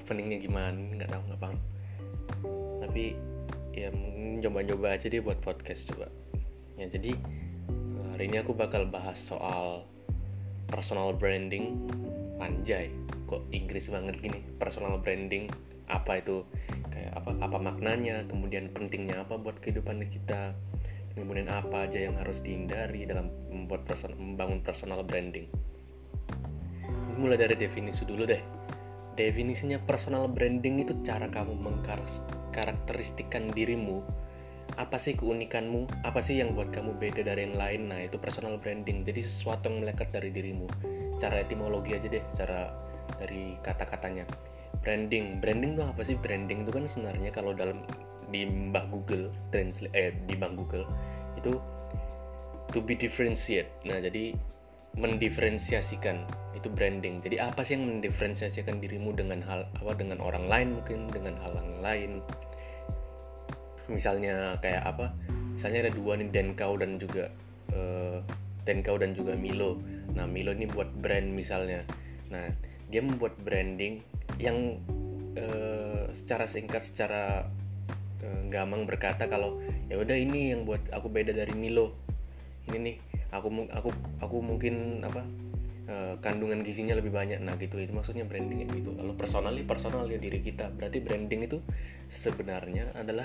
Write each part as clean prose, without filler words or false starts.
openingnya gimana, nggak paham. Tapi ya mungkin coba-coba aja deh buat podcast coba. Ya jadi hari ini aku bakal bahas soal personal branding. Anjay, kok Inggris banget gini. Personal branding, apa itu, kayak apa maknanya, kemudian pentingnya apa buat kehidupan kita, kemudian apa aja yang harus dihindari dalam membangun personal branding. Mulai dari definisi dulu deh. Definisinya personal branding itu cara kamu mengkarakteristikkan dirimu. Apa sih keunikanmu? Apa sih yang buat kamu beda dari yang lain? Nah, itu personal branding. Jadi sesuatu yang melekat dari dirimu. Secara etimologi aja deh, secara dari kata-katanya. Branding itu apa sih? Branding itu kan sebenarnya kalau dalam di Mbah Google di Mbah Google itu to be differentiate. Nah, jadi mendiferensiasikan itu branding. Jadi apa sih yang mendiferensiasikan dirimu dengan dengan orang lain, mungkin dengan hal yang lain. Misalnya kayak apa? Misalnya ada dua nih, Denkau dan juga Milo. Nah, Milo ini buat brand misalnya. Nah, dia membuat branding yang secara singkat, secara gampang berkata kalau ya udah ini yang buat aku beda dari Milo. Ini nih, aku mungkin kandungan gizinya lebih banyak. Nah gitu, itu maksudnya branding gitu. Lalu personal ya diri kita. Berarti branding itu sebenarnya adalah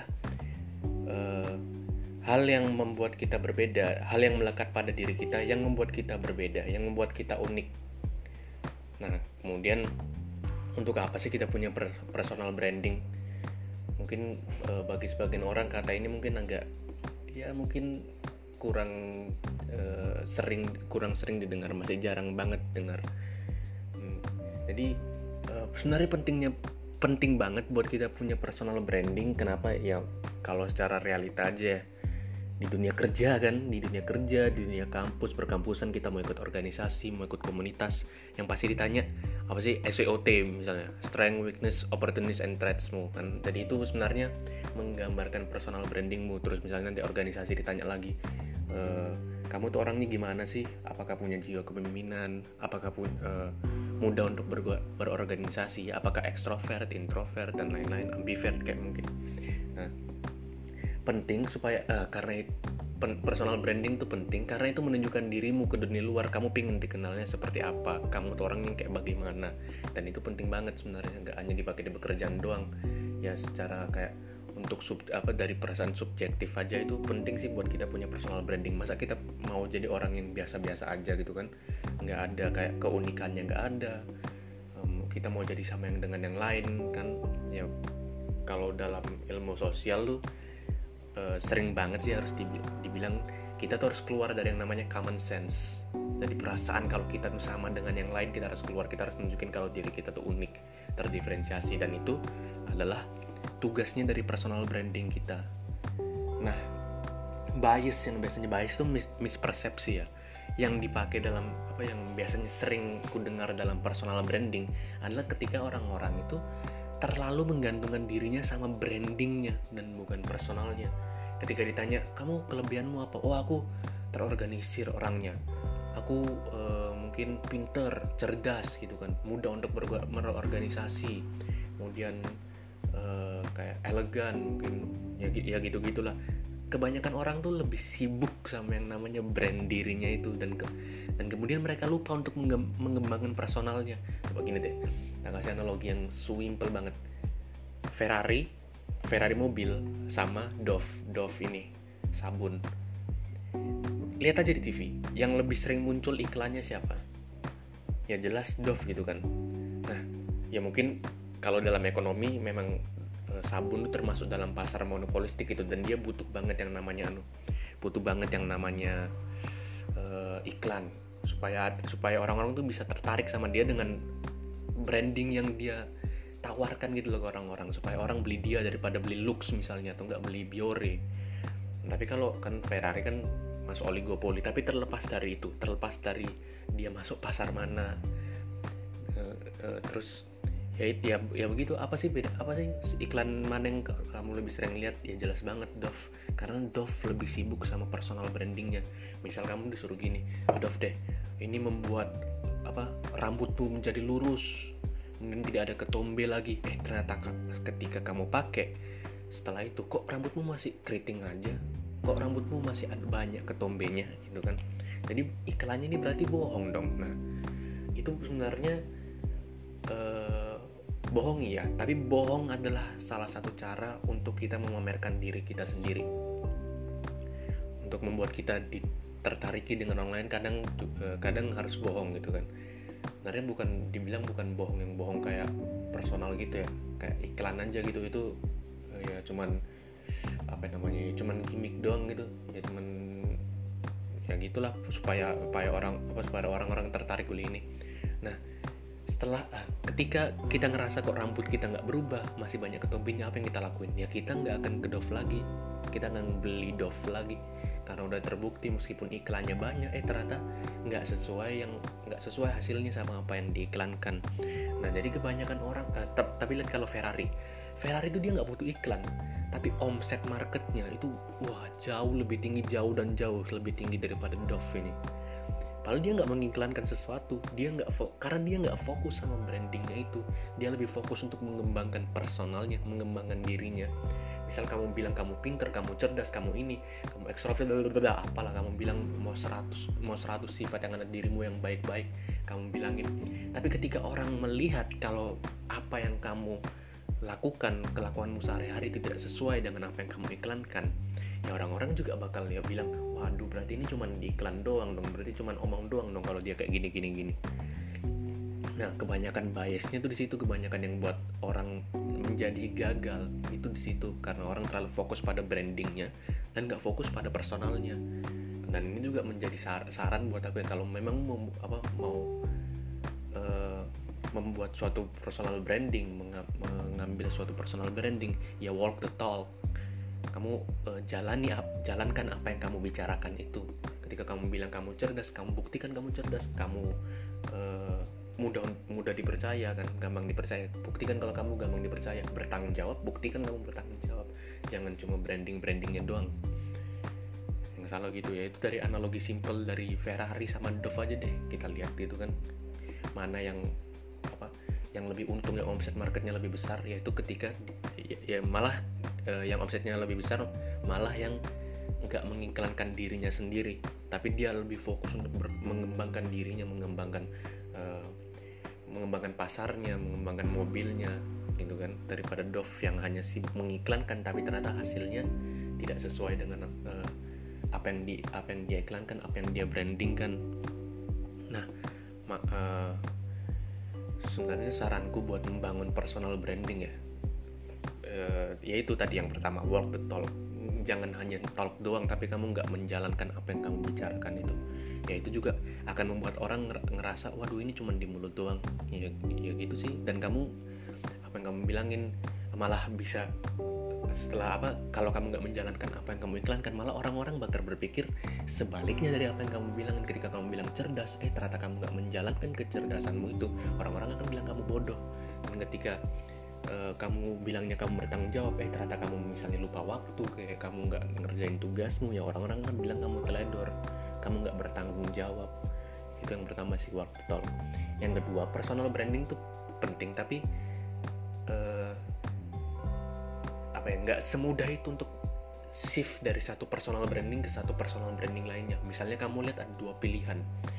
hal yang membuat kita berbeda, hal yang melekat pada diri kita, yang membuat kita berbeda, yang membuat kita unik. Nah kemudian untuk apa sih kita punya personal branding? Mungkin bagi sebagian orang kata ini mungkin agak mungkin kurang sering didengar, masih jarang banget dengar. Jadi sebenarnya penting banget buat kita punya personal branding. Kenapa? Ya kalau secara realita aja, di dunia kerja, di dunia kampus, perkampusan, kita mau ikut organisasi, mau ikut komunitas, yang pasti ditanya apa sih SWOT misalnya, strength, weakness, opportunities and threats-mu kan. Jadi itu sebenarnya menggambarkan personal brandingmu. Terus misalnya nanti organisasi ditanya lagi, kamu tuh orangnya gimana sih? Apakah punya jiwa kepemimpinan? Apakah mudah untuk berorganisasi? Apakah ekstrovert, introvert, dan lain-lain, ambivert kayak mungkin. Nah, penting supaya karena personal branding itu penting karena itu menunjukkan dirimu ke dunia luar. Kamu pengen dikenalnya seperti apa, kamu tuh orangnya kayak bagaimana. Dan itu penting banget sebenarnya, nggak hanya dipakai di pekerjaan doang ya. Secara kayak untuk dari perasaan subjektif aja itu penting sih buat kita punya personal branding. Masa kita mau jadi orang yang biasa-biasa aja gitu kan, nggak ada kayak keunikannya, nggak ada. Kita mau jadi sama yang dengan yang lain kan ya. Kalau dalam ilmu sosial tuh sering banget sih harus dibilang kita tuh harus keluar dari yang namanya common sense. Jadi perasaan kalau kita tuh sama dengan yang lain, kita harus keluar, kita harus nunjukin kalau diri kita tuh unik, terdiferensiasi, dan itu adalah tugasnya dari personal branding kita. Nah, bias itu mispersepsi ya, yang dipakai dalam yang biasanya sering ku dengar dalam personal branding adalah ketika orang-orang itu terlalu menggantungkan dirinya sama brandingnya dan bukan personalnya. Ketika ditanya, kamu kelebihanmu apa? Oh, aku terorganisir orangnya, aku mungkin pinter, cerdas gitu kan, mudah untuk berorganisasi, kemudian kayak elegan mungkin ya gitu-gitulah. Kebanyakan orang tuh lebih sibuk sama yang namanya brand dirinya itu, dan kemudian mereka lupa untuk mengembangkan personalnya. Coba gini deh, kita kasih analogi yang simple banget. Ferrari mobil sama Dove ini sabun. Lihat aja di TV, yang lebih sering muncul iklannya siapa? Ya jelas Dove gitu kan. Nah, ya mungkin kalau dalam ekonomi memang sabun itu termasuk dalam pasar monopolistik gitu, dan dia butuh banget yang namanya iklan supaya orang-orang tuh bisa tertarik sama dia dengan branding yang dia tawarkan gitu loh ke orang-orang, supaya orang beli dia daripada beli Lux misalnya, atau nggak beli Biore. Tapi kalau kan Ferrari kan masuk oligopoli, tapi terlepas dari dia masuk pasar mana, terus ya begitu. Apa sih iklan mana yang kamu lebih sering lihat? Ya jelas banget Dove, karena Dove lebih sibuk sama personal brandingnya. Misal kamu disuruh gini, Dove deh, ini membuat rambutmu menjadi lurus, kemudian tidak ada ketombe lagi. Ternyata ketika kamu pakai, setelah itu kok rambutmu masih keriting aja, kok rambutmu masih ada banyak ketombenya gitu kan. Jadi iklannya ini berarti bohong dong. Nah itu sebenarnya bohong ya, tapi bohong adalah salah satu cara untuk kita memamerkan diri kita sendiri, untuk membuat kita tertariki dengan orang lain. Kadang harus bohong gitu kan. Sebenarnya dibilang bukan bohong yang bohong kayak personal gitu ya, kayak iklan aja gitu. Itu ya cuman cuman gimmick doang gitu ya, cuman ya gitulah supaya orang-orang tertarik oleh ini. Nah setelah ketika kita ngerasa kok rambut kita nggak berubah, masih banyak ketombenya, apa yang kita lakuin? Ya kita nggak akan ke Dove lagi, kita akan beli Dove lagi, karena udah terbukti meskipun iklannya banyak, ternyata nggak sesuai hasilnya sama apa yang diiklankan. Nah jadi kebanyakan orang tapi lihat kalau Ferrari itu dia nggak butuh iklan, tapi omset marketnya itu jauh lebih tinggi, jauh lebih tinggi daripada Dove ini. Padahal dia nggak mengiklankan sesuatu, karena dia nggak fokus sama brandingnya itu. Dia lebih fokus untuk mengembangkan personalnya, mengembangkan dirinya. Misal kamu bilang kamu pinter, kamu cerdas, kamu ekstrovert, apalah kamu bilang mau 100 sifat yang ada dirimu yang baik-baik, kamu bilangin. Tapi ketika orang melihat kalau apa yang kamu lakukan, kelakuanmu sehari-hari tidak sesuai dengan apa yang kamu iklankan, ya orang-orang juga bakal bilang, waduh berarti ini cuma di iklan doang dong, berarti cuma omong doang dong kalau dia kayak gini. Nah kebanyakan biasnya tuh di situ, kebanyakan yang buat orang menjadi gagal itu di situ, karena orang terlalu fokus pada brandingnya dan nggak fokus pada personalnya. Dan ini juga menjadi saran buat aku ya, kalau memang mau membuat suatu personal branding, mengambil suatu personal branding, ya walk the talk. Kamu jalankan apa yang kamu bicarakan itu. Ketika kamu bilang kamu cerdas, kamu buktikan kamu cerdas. Kamu mudah dipercaya kan, gampang dipercaya, buktikan kalau kamu gampang dipercaya. Bertanggung jawab, buktikan kamu bertanggung jawab. Jangan cuma brandingnya doang. Yang salah gitu ya. Itu dari analogi simple dari Ferrari sama Dove aja deh, kita lihat gitu kan, mana yang lebih untung, yang omset marketnya lebih besar, yaitu ketika yang omsetnya lebih besar malah yang nggak mengiklankan dirinya sendiri, tapi dia lebih fokus untuk mengembangkan dirinya, mengembangkan pasarnya, mengembangkan mobilnya gitu kan, daripada Dove yang hanya sibuk mengiklankan tapi ternyata hasilnya tidak sesuai dengan apa yang dia iklankan, apa yang dia brandingkan. Nah sebenarnya saranku buat membangun personal branding yaitu tadi yang pertama, walk the talk. Jangan hanya talk doang tapi kamu nggak menjalankan apa yang kamu bicarakan itu. Ya itu juga akan membuat orang ngerasa waduh ini cuma di mulut doang. Ya gitu sih. Dan apa yang kamu bilangin malah bisa kalau kamu nggak menjalankan apa yang kamu iklankan, malah orang-orang bakal berpikir sebaliknya dari apa yang kamu bilangin. Ketika kamu bilang cerdas, ternyata kamu nggak menjalankan kecerdasanmu itu, orang-orang akan bilang kamu bodoh. Dan ketika kamu bilangnya kamu bertanggung jawab, ternyata kamu misalnya lupa waktu, kayak kamu nggak ngerjain tugasmu, ya orang-orang akan bilang kamu teledor, kamu nggak bertanggung jawab. Itu yang pertama sih, walk the talk. Yang kedua, personal branding tuh penting, tapi nggak semudah itu untuk shift dari satu personal branding ke satu personal branding lainnya. Misalnya kamu lihat ada dua pilihan,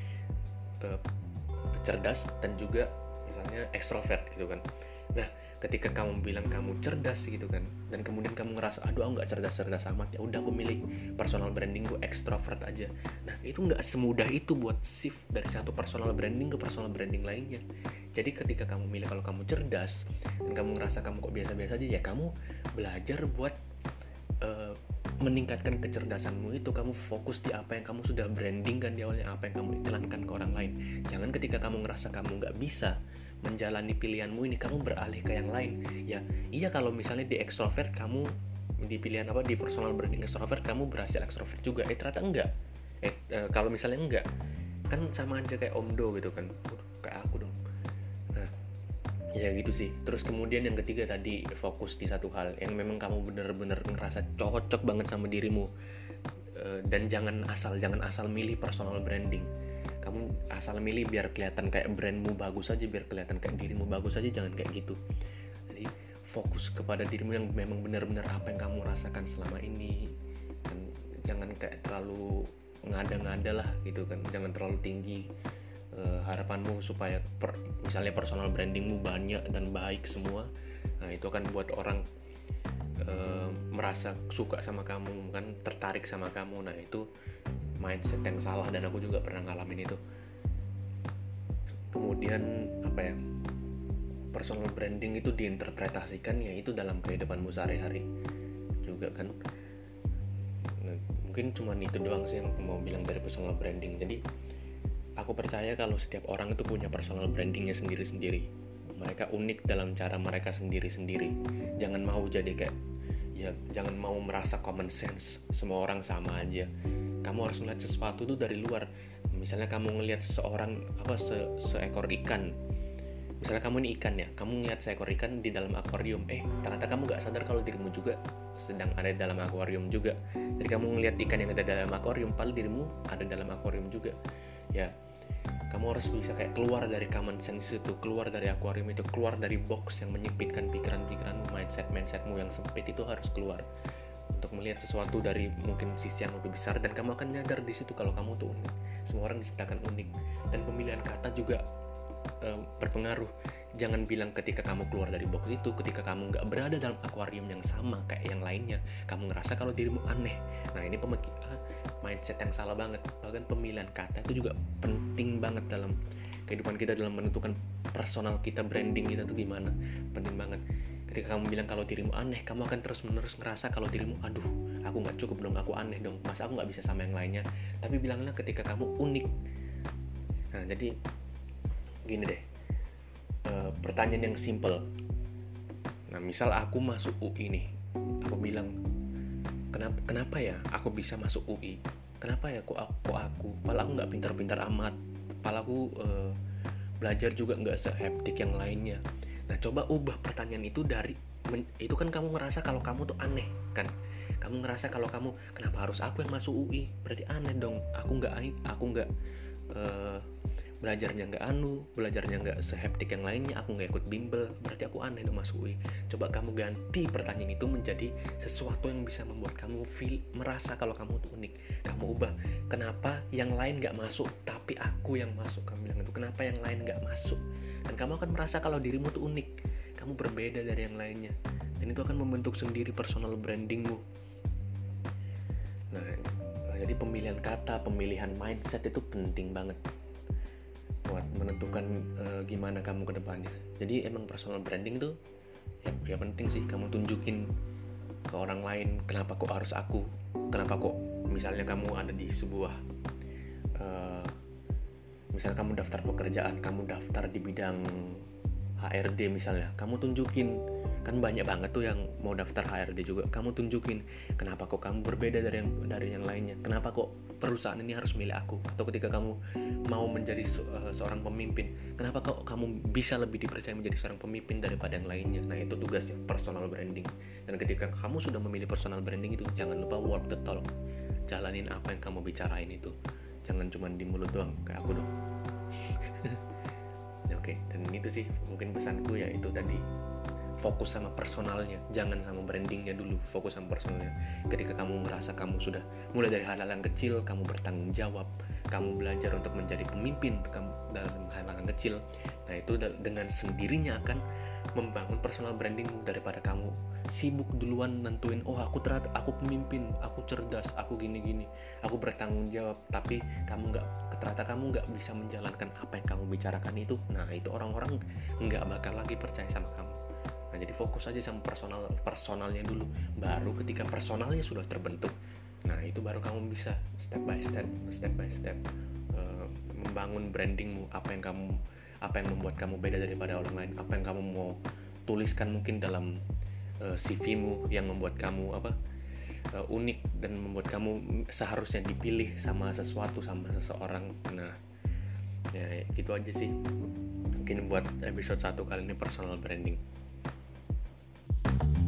cerdas dan juga misalnya ekstrovert gitu kan. Nah ketika kamu bilang kamu cerdas gitu kan, dan kemudian kamu ngerasa aduh aku nggak cerdas amat, ya udah aku milih personal branding gue ekstrovert aja. Nah itu nggak semudah itu buat shift dari satu personal branding ke personal branding lainnya. Jadi ketika kamu milih kalau kamu cerdas dan kamu ngerasa kamu kok biasa-biasa aja, ya kamu belajar buat meningkatkan kecerdasanmu itu. Kamu fokus di apa yang kamu sudah brandingkan di awalnya, apa yang kamu iklankan ke orang lain. Jangan ketika kamu ngerasa kamu nggak bisa menjalani pilihanmu ini, kamu beralih ke yang lain. Ya iya, kalau misalnya di extrovert kamu di pilihan di personal branding extrovert kamu berhasil extrovert juga, ternyata enggak. Kalau misalnya enggak, kan sama aja kayak Omdo gitu kan, kayak aku dong. Nah ya gitu sih. Terus kemudian yang ketiga tadi, fokus di satu hal yang memang kamu bener-bener ngerasa cocok banget sama dirimu. Dan jangan asal milih personal branding. Kamu kamu asal milih biar kelihatan kayak brandmu bagus aja, biar kelihatan kayak dirimu bagus aja, jangan kayak gitu. Jadi fokus kepada dirimu yang memang benar-benar apa yang kamu rasakan selama ini, dan jangan kayak terlalu ngada-ngada lah gitu kan, jangan terlalu tinggi harapanmu supaya misalnya personal brandingmu banyak dan baik semua. Nah itu akan buat orang merasa suka sama kamu kan, tertarik sama kamu. Nah itu mindset yang salah, dan aku juga pernah ngalamin itu. Kemudian apa ya, personal branding itu diinterpretasikan ya itu dalam kehidupanmu sehari-hari juga kan. Nah, mungkin cuma itu doang sih yang mau bilang dari personal branding. Jadi aku percaya kalau setiap orang itu punya personal brandingnya sendiri-sendiri. Mereka unik dalam cara mereka sendiri-sendiri. Jangan mau jadi kayak, ya jangan mau merasa common sense, semua orang sama aja. Kamu harus melihat sesuatu itu dari luar. Misalnya kamu ngelihat seseorang seekor ikan. Misalnya kamu ini ikan ya, kamu ngelihat seekor ikan di dalam akuarium. Ternyata kamu gak sadar kalau dirimu juga sedang ada di dalam akuarium juga. Jadi kamu ngelihat ikan yang ada di dalam akuarium, padahal dirimu ada di dalam akuarium juga. Ya, kamu harus bisa kayak keluar dari common sense itu, keluar dari akuarium itu, keluar dari box yang menyempitkan pikiran-pikiranmu, mindsetmu yang sempit itu harus keluar untuk melihat sesuatu dari mungkin sisi yang lebih besar, dan kamu akan nyadar di situ kalau kamu tuh unik. Semua orang diciptakan unik, dan pemilihan kata juga berpengaruh. Jangan bilang ketika kamu keluar dari box itu, ketika kamu nggak berada dalam akuarium yang sama kayak yang lainnya, kamu ngerasa kalau dirimu aneh. Nah ini mindset yang salah banget. Bahkan pemilihan kata itu juga penting banget dalam kehidupan kita, dalam menentukan personal kita, branding kita tuh gimana. Penting banget. Ketika kamu bilang kalau dirimu aneh, kamu akan terus-menerus ngerasa kalau dirimu, aduh, aku nggak cukup dong, aku aneh dong, masa aku nggak bisa sama yang lainnya. Tapi bilanglah ketika kamu unik. Nah jadi gini deh, pertanyaan yang simple. Nah misal aku masuk UI nih, aku bilang, kenapa ya aku bisa masuk UI? Kenapa ya kok aku? Padahal aku nggak pintar-pintar amat, padahal aku belajar juga nggak sehektik yang lainnya. Nah coba ubah pertanyaan itu dari itu kan kamu ngerasa kalau kamu tuh aneh kan? Kamu ngerasa kalau kamu, kenapa harus aku yang masuk UI? Berarti aneh dong. Aku nggak belajarnya nggak sehektik yang lainnya, aku nggak ikut bimbel, berarti aku aneh dong masuk UI. Coba kamu ganti pertanyaan itu menjadi sesuatu yang bisa membuat kamu merasa kalau kamu tuh unik. Kamu ubah, kenapa yang lain nggak masuk tapi aku yang masuk. Kamu bilang itu, kenapa yang lain nggak masuk, dan kamu akan merasa kalau dirimu tuh unik, kamu berbeda dari yang lainnya, dan itu akan membentuk sendiri personal brandingmu. Nah jadi pemilihan kata, pemilihan mindset itu penting banget buat menentukan gimana kamu ke depannya. Jadi emang personal branding tuh ya penting sih kamu tunjukin ke orang lain, kenapa kok harus aku, kenapa kok misalnya kamu ada di sebuah misalnya kamu daftar pekerjaan, kamu daftar di bidang HRD misalnya, kamu tunjukin, kan banyak banget tuh yang mau daftar HRD juga, kamu tunjukin kenapa kok kamu berbeda dari yang lainnya, kenapa kok perusahaan ini harus milih aku. Atau ketika kamu mau menjadi seorang pemimpin, kenapa kok kamu bisa lebih dipercaya menjadi seorang pemimpin daripada yang lainnya. Nah itu tugasnya personal branding. Dan ketika kamu sudah memilih personal branding itu, jangan lupa walk the talk, jalanin apa yang kamu bicarain itu, jangan cuma di mulut doang kayak aku dong. Oke, dan itu sih mungkin pesanku, ya itu tadi, fokus sama personalnya, jangan sama brandingnya dulu, fokus sama personalnya. Ketika kamu merasa kamu sudah mulai dari hal-hal yang kecil, kamu bertanggung jawab, kamu belajar untuk menjadi pemimpin kamu dalam hal-hal yang kecil, nah itu dengan sendirinya akan membangun personal brandingmu, daripada kamu sibuk duluan nentuin, oh aku pemimpin, aku cerdas, aku gini-gini, aku bertanggung jawab, tapi ternyata kamu nggak bisa menjalankan apa yang kamu bicarakan itu. Nah itu orang-orang nggak bakal lagi percaya sama kamu. Nah jadi fokus aja sama personalnya dulu, baru ketika personalnya sudah terbentuk, nah itu baru kamu bisa step by step membangun brandingmu, apa yang membuat kamu beda daripada orang lain, apa yang kamu mau tuliskan mungkin dalam CV-mu yang membuat kamu unik dan membuat kamu seharusnya dipilih sama seseorang. Nah ya gitu aja sih mungkin buat episode 1 kali ini, personal branding.